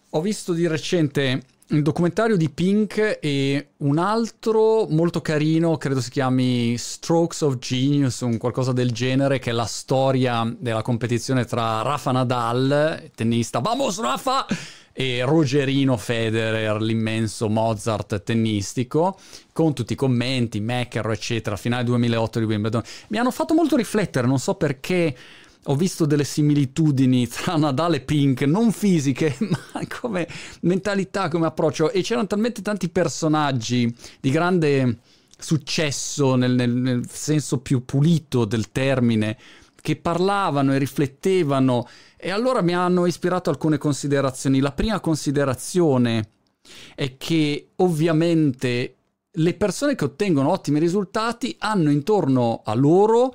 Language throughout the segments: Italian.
Ho visto di recente un documentario di Pink e un altro molto carino, credo si chiami Strokes of Genius, un qualcosa del genere, che è la storia della competizione tra Rafa Nadal, tennista, vamos Rafa, e Rogerino Federer, l'immenso Mozart tennistico, con tutti i commenti, McEnroe, eccetera, finale 2008 di Wimbledon. Mi hanno fatto molto riflettere, non so perché. Ho visto delle similitudini tra Nadal e Pink, non fisiche, ma come mentalità, come approccio. E c'erano talmente tanti personaggi di grande successo nel senso più pulito del termine, che parlavano e riflettevano, e allora mi hanno ispirato alcune considerazioni. La prima considerazione è che ovviamente le persone che ottengono ottimi risultati hanno intorno a loro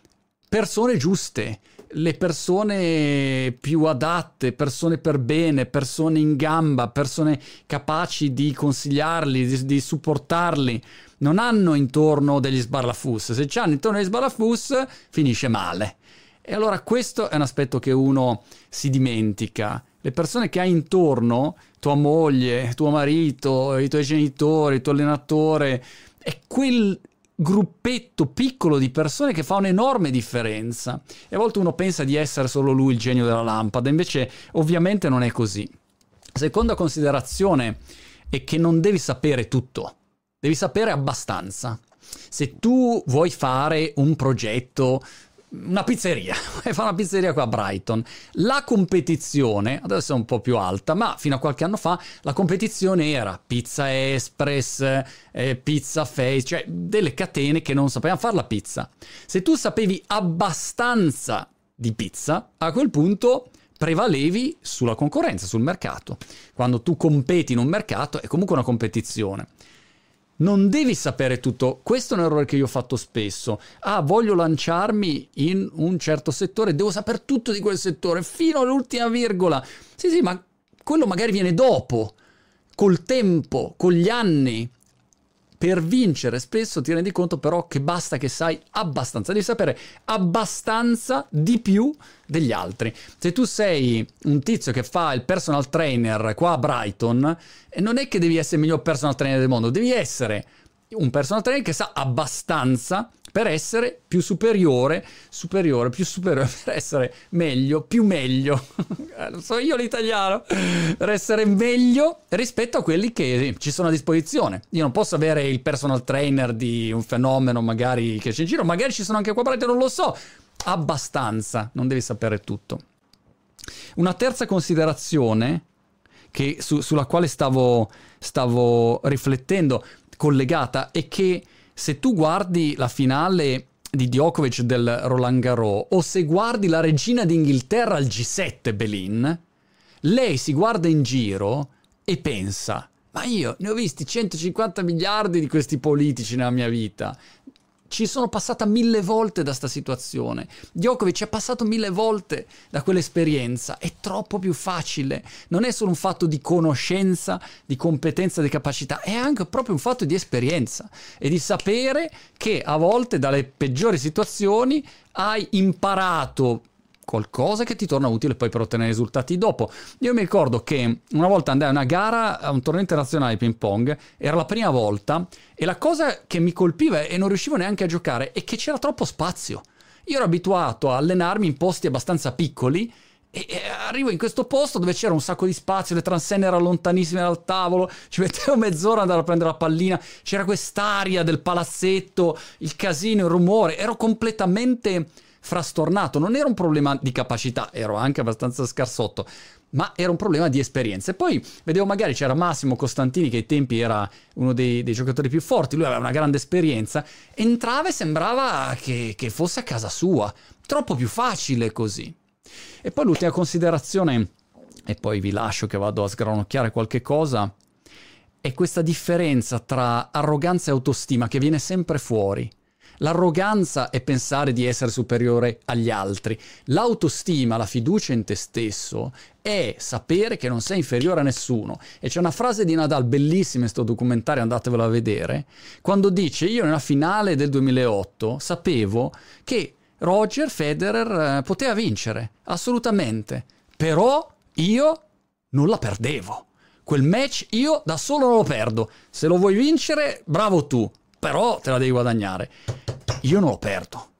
persone giuste, le persone più adatte, persone per bene, persone in gamba, persone capaci di consigliarli, di supportarli. Non hanno intorno degli sbarlafus. Se c'hanno intorno degli sbarlafus finisce male. E allora questo è un aspetto che uno si dimentica. Le persone che hai intorno, tua moglie, tuo marito, i tuoi genitori, il tuo allenatore, è quel gruppetto piccolo di persone che fa un'enorme differenza. E a volte uno pensa di essere solo lui il genio della lampada, invece ovviamente non è così. Seconda considerazione è che non devi sapere tutto, devi sapere abbastanza. Se tu vuoi fare un progetto, una pizzeria, vuoi fare una pizzeria qua a Brighton, la competizione adesso è un po' più alta, ma fino a qualche anno fa la competizione era Pizza Express, Pizza Face, cioè delle catene che non sapevano fare la pizza. Se tu sapevi abbastanza di pizza, a quel punto prevalevi sulla concorrenza, sul mercato. Quando tu competi in un mercato è comunque una competizione. Non devi sapere tutto. Questo è un errore che io ho fatto spesso. Voglio lanciarmi in un certo settore, devo sapere tutto di quel settore fino all'ultima virgola. Sì, ma quello magari viene dopo, col tempo, con gli anni. Per vincere spesso ti rendi conto però che basta che sai abbastanza, devi sapere abbastanza di più degli altri. Se tu sei un tizio che fa il personal trainer qua a Brighton, non è che devi essere il miglior personal trainer del mondo, devi essere un personal trainer che sa abbastanza per essere più superiore, per essere meglio, più meglio, lo so io l'italiano, per essere meglio rispetto a quelli che ci sono a disposizione. Io non posso avere il personal trainer di un fenomeno magari che c'è in giro, magari ci sono anche qua, non lo so, abbastanza, non devi sapere tutto. Una terza considerazione che sulla quale stavo riflettendo, collegata, è che se tu guardi la finale di Djokovic del Roland Garros o se guardi la regina d'Inghilterra al G7 Belin, lei si guarda in giro e pensa: ma io ne ho visti 150 miliardi di questi politici nella mia vita, ci sono passata 1000 volte da sta situazione, Djokovic è passato 1000 volte da quell'esperienza, è troppo più facile, non è solo un fatto di conoscenza, di competenza, di capacità, è anche proprio un fatto di esperienza e di sapere che a volte dalle peggiori situazioni hai imparato qualcosa che ti torna utile poi per ottenere risultati dopo. Io mi ricordo che una volta andai a una gara, a un torneo internazionale di ping pong, era la prima volta, e la cosa che mi colpiva e non riuscivo neanche a giocare è che c'era troppo spazio. Io ero abituato a allenarmi in posti abbastanza piccoli e arrivo in questo posto dove c'era un sacco di spazio, le transenne erano lontanissime dal tavolo, ci mettevo mezz'ora ad andare a prendere la pallina, c'era quest'aria del palazzetto, il casino, il rumore, ero completamente frastornato. Non era un problema di capacità, ero anche abbastanza scarsotto, ma era un problema di esperienza. E poi vedevo magari c'era Massimo Costantini, che ai tempi era uno dei giocatori più forti, lui aveva una grande esperienza, entrava e sembrava che fosse a casa sua, troppo più facile così. E poi l'ultima considerazione, e poi vi lascio che vado a sgranocchiare qualche cosa, è questa differenza tra arroganza e autostima che viene sempre fuori. L'arroganza è pensare di essere superiore agli altri. L'autostima, la fiducia in te stesso, è sapere che non sei inferiore a nessuno. E c'è una frase di Nadal bellissima in sto documentario, andatevelo a vedere, quando dice: io nella finale del 2008 sapevo che Roger Federer poteva vincere, assolutamente, però io non la perdevo. Quel match io da solo non lo perdo. Se lo vuoi vincere, bravo tu, però te la devi guadagnare. Io non lo perdo.